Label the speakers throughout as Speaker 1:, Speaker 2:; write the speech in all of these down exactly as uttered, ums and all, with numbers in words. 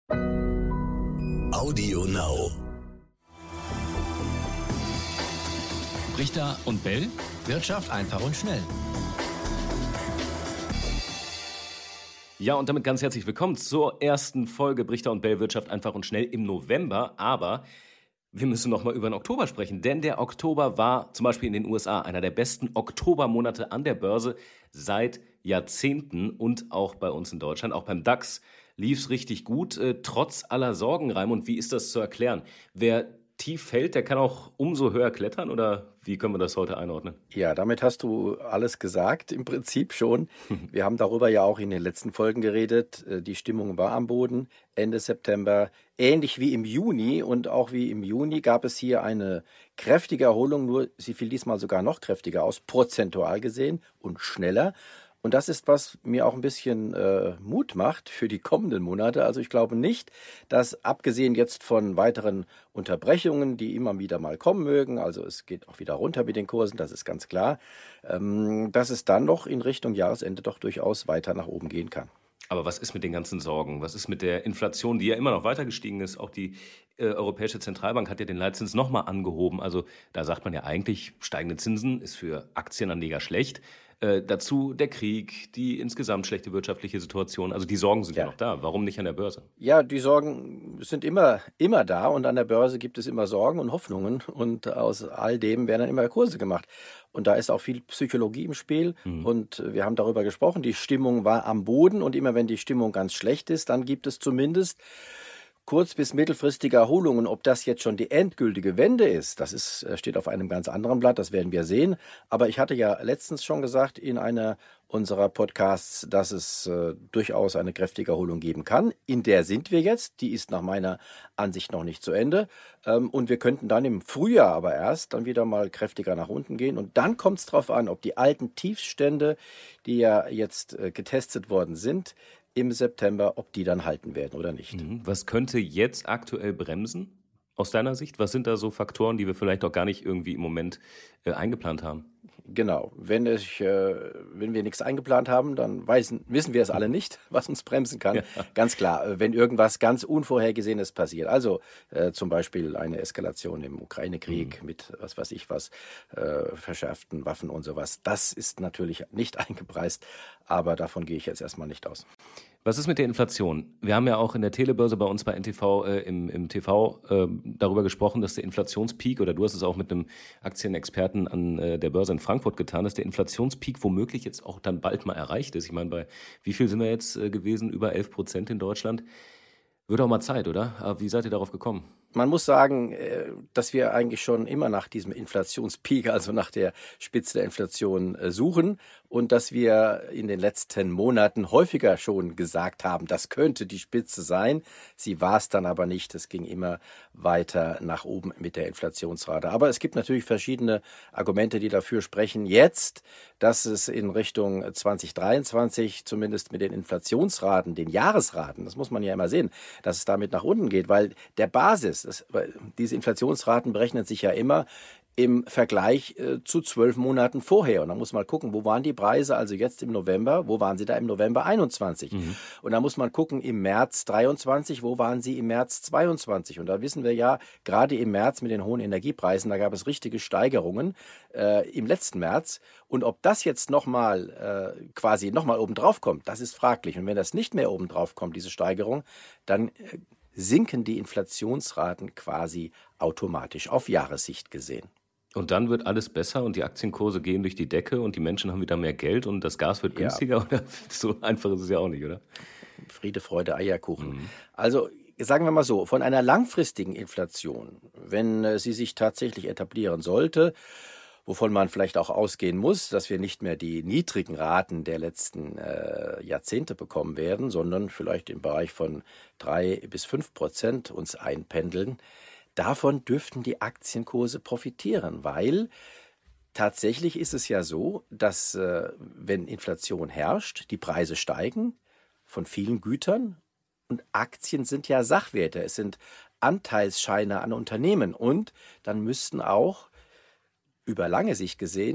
Speaker 1: Audio Now.
Speaker 2: Richter und Bell.
Speaker 1: Wirtschaft einfach und schnell.
Speaker 3: Ja, und damit ganz herzlich willkommen zur ersten Folge Brichter und Bell Wirtschaft einfach und schnell im November. Aber wir müssen noch mal über den Oktober sprechen, denn der Oktober war zum Beispiel in den U S A einer der besten Oktobermonate an der Börse seit Jahrzehnten und auch bei uns in Deutschland. Auch beim DAX lief es richtig gut, äh, trotz aller Sorgen, Raimund. Wie ist das zu erklären? Wer tief fällt, der kann auch umso höher klettern, oder wie können wir das heute einordnen?
Speaker 4: Ja, damit hast du alles gesagt, im Prinzip schon. Wir haben darüber ja auch in den letzten Folgen geredet. Die Stimmung war am Boden Ende September, ähnlich wie im Juni. Und auch wie im Juni gab es hier eine kräftige Erholung, nur sie fiel diesmal sogar noch kräftiger aus, prozentual gesehen und schneller. Und das ist, was mir auch ein bisschen äh, Mut macht für die kommenden Monate. Also ich glaube nicht, dass abgesehen jetzt von weiteren Unterbrechungen, die immer wieder mal kommen mögen, also es geht auch wieder runter mit den Kursen, das ist ganz klar, ähm, dass es dann noch in Richtung Jahresende doch durchaus weiter nach oben gehen kann.
Speaker 3: Aber was ist mit den ganzen Sorgen? Was ist mit der Inflation, die ja immer noch weiter gestiegen ist? Auch die äh, Europäische Zentralbank hat ja den Leitzins nochmal angehoben. Also da sagt man ja eigentlich, steigende Zinsen ist für Aktienanleger schlecht. Äh, dazu der Krieg, die insgesamt schlechte wirtschaftliche Situation. Also die Sorgen sind ja. ja noch da. Warum nicht an der Börse?
Speaker 4: Ja, die Sorgen sind immer, immer da und an der Börse gibt es immer Sorgen und Hoffnungen und aus all dem werden dann immer Kurse gemacht. Und da ist auch viel Psychologie im Spiel mhm. und wir haben darüber gesprochen, die Stimmung war am Boden und immer wenn die Stimmung ganz schlecht ist, dann gibt es zumindest kurz- bis mittelfristige Erholungen. Ob das jetzt schon die endgültige Wende ist, das ist, steht auf einem ganz anderen Blatt, das werden wir sehen. Aber ich hatte ja letztens schon gesagt in einer unserer Podcasts, dass es äh, durchaus eine kräftige Erholung geben kann. In der sind wir jetzt. Die ist nach meiner Ansicht noch nicht zu Ende. Ähm, und wir könnten dann im Frühjahr aber erst dann wieder mal kräftiger nach unten gehen. Und dann kommt es darauf an, ob die alten Tiefstände, die ja jetzt äh, getestet worden sind, im September, ob die dann halten werden oder nicht.
Speaker 3: Was könnte jetzt aktuell bremsen, aus deiner Sicht? Was sind da so Faktoren, die wir vielleicht auch gar nicht irgendwie im Moment äh, eingeplant haben?
Speaker 4: Genau, wenn, ich, äh, wenn wir nichts eingeplant haben, dann weisen, wissen wir es alle nicht, was uns bremsen kann. Ja. Ganz klar, wenn irgendwas ganz Unvorhergesehenes passiert, also äh, zum Beispiel eine Eskalation im Ukraine-Krieg mhm. mit was weiß ich was, äh, verschärften Waffen und sowas, das ist natürlich nicht eingepreist, aber davon gehe ich jetzt erstmal nicht aus.
Speaker 3: Was ist mit der Inflation? Wir haben ja auch in der Telebörse bei uns bei N T V äh, im, im T V äh, darüber gesprochen, dass der Inflationspeak, oder du hast es auch mit einem Aktienexperten an äh, der Börse in Frankfurt getan, dass der Inflationspeak womöglich jetzt auch dann bald mal erreicht ist. Ich meine, bei wie viel sind wir jetzt äh, gewesen? Über elf Prozent in Deutschland. Wird auch mal Zeit, oder? Aber wie seid ihr darauf gekommen?
Speaker 4: Man muss sagen, dass wir eigentlich schon immer nach diesem Inflationspeak, also nach der Spitze der Inflation suchen und dass wir in den letzten Monaten häufiger schon gesagt haben, das könnte die Spitze sein. Sie war es dann aber nicht. Es ging immer weiter nach oben mit der Inflationsrate. Aber es gibt natürlich verschiedene Argumente, die dafür sprechen jetzt, dass es in Richtung zwanzig dreiundzwanzig zumindest mit den Inflationsraten, den Jahresraten, das muss man ja immer sehen, dass es damit nach unten geht, weil der Basis, das, diese Inflationsraten berechnen sich ja immer im Vergleich äh, zu zwölf Monaten vorher. Und da muss man gucken, wo waren die Preise, also jetzt im November, wo waren sie da im November einundzwanzig? Mhm. Und da muss man gucken, im März dreiundzwanzig, wo waren sie im März zweiundzwanzig? Und da wissen wir ja, gerade im März mit den hohen Energiepreisen, da gab es richtige Steigerungen äh, im letzten März. Und ob das jetzt nochmal äh, quasi nochmal oben drauf kommt, das ist fraglich. Und wenn das nicht mehr oben drauf kommt, diese Steigerung, dann äh, sinken die Inflationsraten quasi automatisch auf Jahressicht gesehen.
Speaker 3: Und dann wird alles besser und die Aktienkurse gehen durch die Decke und die Menschen haben wieder mehr Geld und das Gas wird günstiger? Ja. Oder so einfach ist es ja auch nicht, oder?
Speaker 4: Friede, Freude, Eierkuchen. Mhm. Also sagen wir mal so, von einer langfristigen Inflation, wenn äh, sie sich tatsächlich etablieren sollte, wovon man vielleicht auch ausgehen muss, dass wir nicht mehr die niedrigen Raten der letzten äh, Jahrzehnte bekommen werden, sondern vielleicht im Bereich von drei bis fünf Prozent uns einpendeln. Davon dürften die Aktienkurse profitieren, weil tatsächlich ist es ja so, dass äh, wenn Inflation herrscht, die Preise steigen von vielen Gütern und Aktien sind ja Sachwerte, es sind Anteilsscheine an Unternehmen und dann müssten auch über lange Sicht gesehen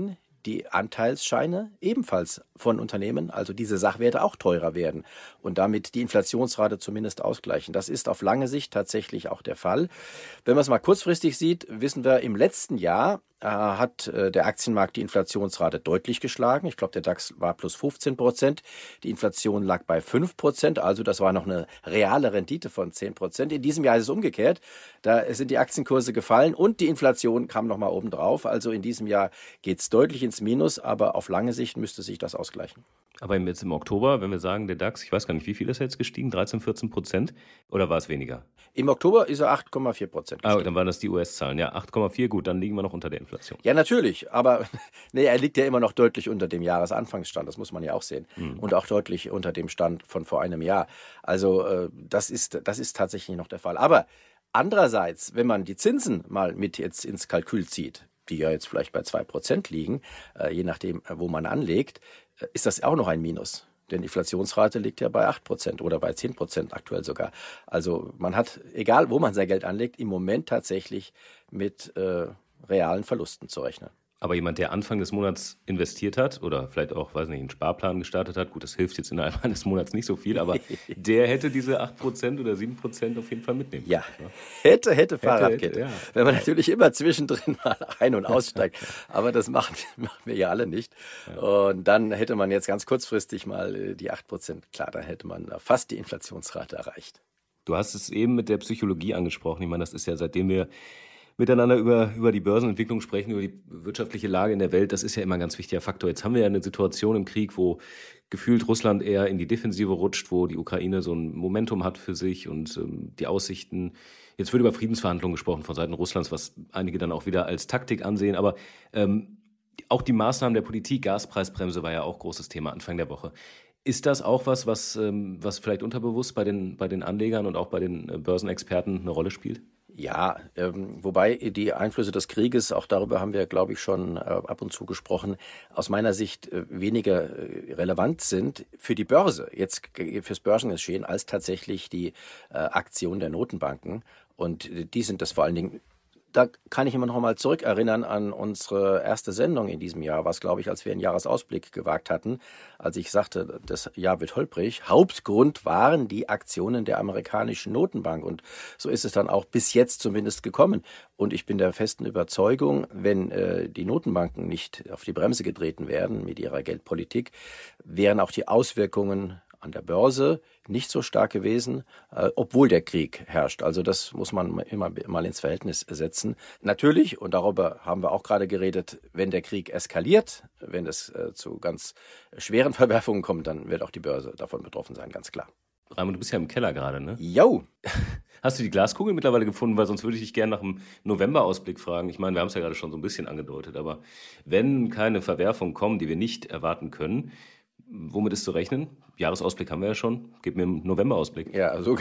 Speaker 4: die Anteilsscheine ebenfalls von Unternehmen, also diese Sachwerte auch teurer werden und damit die Inflationsrate zumindest ausgleichen. Das ist auf lange Sicht tatsächlich auch der Fall. Wenn man es mal kurzfristig sieht, wissen wir, im letzten Jahr äh, hat äh, der Aktienmarkt die Inflationsrate deutlich geschlagen. Ich glaube, der DAX war plus fünfzehn Prozent. Die Inflation lag bei fünf Prozent, also das war noch eine reale Rendite von zehn Prozent. In diesem Jahr ist es umgekehrt. Da sind die Aktienkurse gefallen und die Inflation kam nochmal oben drauf. Also in diesem Jahr geht es deutlich ins Minus, aber auf lange Sicht müsste sich das ausgleichen.
Speaker 3: Aber jetzt im Oktober, wenn wir sagen, der DAX, ich weiß gar nicht, wie viel ist er jetzt gestiegen? dreizehn, vierzehn Prozent? Oder war es weniger?
Speaker 4: Im Oktober ist er acht Komma vier Prozent gestiegen.
Speaker 3: Ah, dann waren das die U S-Zahlen. Ja, acht Komma vier, gut, dann liegen wir noch unter der Inflation.
Speaker 4: Ja, natürlich, aber nee, er liegt ja immer noch deutlich unter dem Jahresanfangsstand, das muss man ja auch sehen. Mhm. Und auch deutlich unter dem Stand von vor einem Jahr. Also äh, das ist, das ist tatsächlich noch der Fall. Aber andererseits, wenn man die Zinsen mal mit jetzt ins Kalkül zieht, die ja jetzt vielleicht bei zwei Prozent liegen, äh, je nachdem, wo man anlegt, äh, ist das auch noch ein Minus. Denn die Inflationsrate liegt ja bei acht Prozent oder bei zehn Prozent aktuell sogar. Also man hat, egal wo man sein Geld anlegt, im Moment tatsächlich mit äh, realen Verlusten zu rechnen.
Speaker 3: Aber jemand, der Anfang des Monats investiert hat oder vielleicht auch, weiß nicht, einen Sparplan gestartet hat, gut, das hilft jetzt innerhalb eines Monats nicht so viel, aber der hätte diese acht Prozent oder sieben Prozent auf jeden Fall mitnehmen können.
Speaker 4: Ja, hätte, hätte Fahrradkette.
Speaker 3: Ja.
Speaker 4: Wenn man natürlich immer zwischendrin mal ein- und aussteigt. Aber das machen, machen wir ja alle nicht. Ja. Und dann hätte man jetzt ganz kurzfristig mal die acht Prozent, klar, dann hätte man fast die Inflationsrate erreicht.
Speaker 3: Du hast es eben mit der Psychologie angesprochen. Ich meine, das ist ja, seitdem wir miteinander über, über die Börsenentwicklung sprechen, über die wirtschaftliche Lage in der Welt, das ist ja immer ein ganz wichtiger Faktor. Jetzt haben wir ja eine Situation im Krieg, wo gefühlt Russland eher in die Defensive rutscht, wo die Ukraine so ein Momentum hat für sich und ähm, die Aussichten, jetzt wird über Friedensverhandlungen gesprochen von Seiten Russlands, was einige dann auch wieder als Taktik ansehen, aber ähm, auch die Maßnahmen der Politik, Gaspreisbremse war ja auch großes Thema Anfang der Woche. Ist das auch was, was, ähm, was vielleicht unterbewusst bei den, bei den Anlegern und auch bei den äh, Börsenexperten eine Rolle spielt?
Speaker 4: Ja, ähm, wobei die Einflüsse des Krieges, auch darüber haben wir, glaube ich, schon äh, ab und zu gesprochen, aus meiner Sicht äh, weniger äh, relevant sind für die Börse, jetzt äh, fürs Börsengeschehen, als tatsächlich die äh, Aktion der Notenbanken. Und äh, die sind das vor allen Dingen. Da kann ich immer noch mal zurückerinnern an unsere erste Sendung in diesem Jahr, was, glaube ich, als wir einen Jahresausblick gewagt hatten, als ich sagte, das Jahr wird holprig. Hauptgrund waren die Aktionen der amerikanischen Notenbank. Und so ist es dann auch bis jetzt zumindest gekommen. Und ich bin der festen Überzeugung, wenn äh, die Notenbanken nicht auf die Bremse getreten werden mit ihrer Geldpolitik, wären auch die Auswirkungen an der Börse nicht so stark gewesen, äh, obwohl der Krieg herrscht. Also das muss man immer mal ins Verhältnis setzen. Natürlich, und darüber haben wir auch gerade geredet, wenn der Krieg eskaliert, wenn es äh, zu ganz schweren Verwerfungen kommt, dann wird auch die Börse davon betroffen sein, ganz klar.
Speaker 3: Raimund, du bist ja im Keller gerade, ne?
Speaker 4: Jo!
Speaker 3: Hast du die Glaskugel mittlerweile gefunden? Weil sonst würde ich dich gerne nach dem November-Ausblick fragen. Ich meine, wir haben es ja gerade schon so ein bisschen angedeutet, aber wenn keine Verwerfungen kommen, die wir nicht erwarten können, womit ist zu rechnen? Jahresausblick haben wir ja schon. Gib mir einen November-Ausblick.
Speaker 4: Ja, also,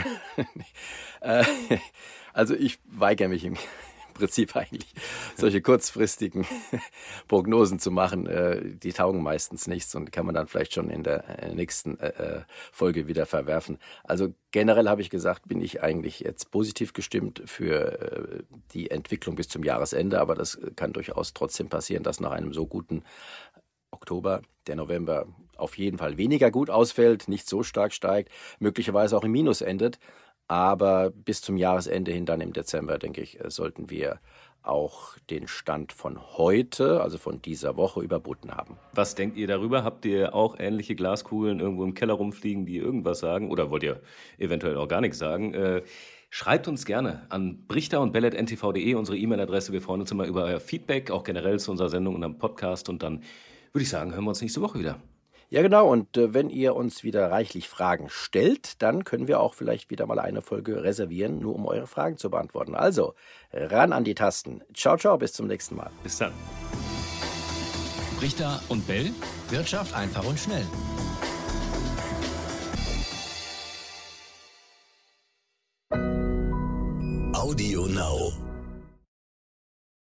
Speaker 4: also ich weigere mich im Prinzip eigentlich, solche kurzfristigen Prognosen zu machen. Die taugen meistens nichts und kann man dann vielleicht schon in der nächsten Folge wieder verwerfen. Also generell habe ich gesagt, bin ich eigentlich jetzt positiv gestimmt für die Entwicklung bis zum Jahresende. Aber das kann durchaus trotzdem passieren, dass nach einem so guten Oktober der November auf jeden Fall weniger gut ausfällt, nicht so stark steigt, möglicherweise auch im Minus endet. Aber bis zum Jahresende hin, dann im Dezember, denke ich, sollten wir auch den Stand von heute, also von dieser Woche, überboten haben.
Speaker 3: Was denkt ihr darüber? Habt ihr auch ähnliche Glaskugeln irgendwo im Keller rumfliegen, die irgendwas sagen? Oder wollt ihr eventuell auch gar nichts sagen? Äh, schreibt uns gerne an brichter und bell at n t v punkt d e, unsere E-Mail-Adresse. Wir freuen uns immer über euer Feedback, auch generell zu unserer Sendung und am Podcast. Und dann würde ich sagen, hören wir uns nächste Woche wieder.
Speaker 4: Ja, genau. Und äh, wenn ihr uns wieder reichlich Fragen stellt, dann können wir auch vielleicht wieder mal eine Folge reservieren, nur um eure Fragen zu beantworten. Also, ran an die Tasten. Ciao, ciao, bis zum nächsten Mal.
Speaker 3: Bis dann.
Speaker 2: Brichter und Bell.
Speaker 1: Wirtschaft einfach und schnell.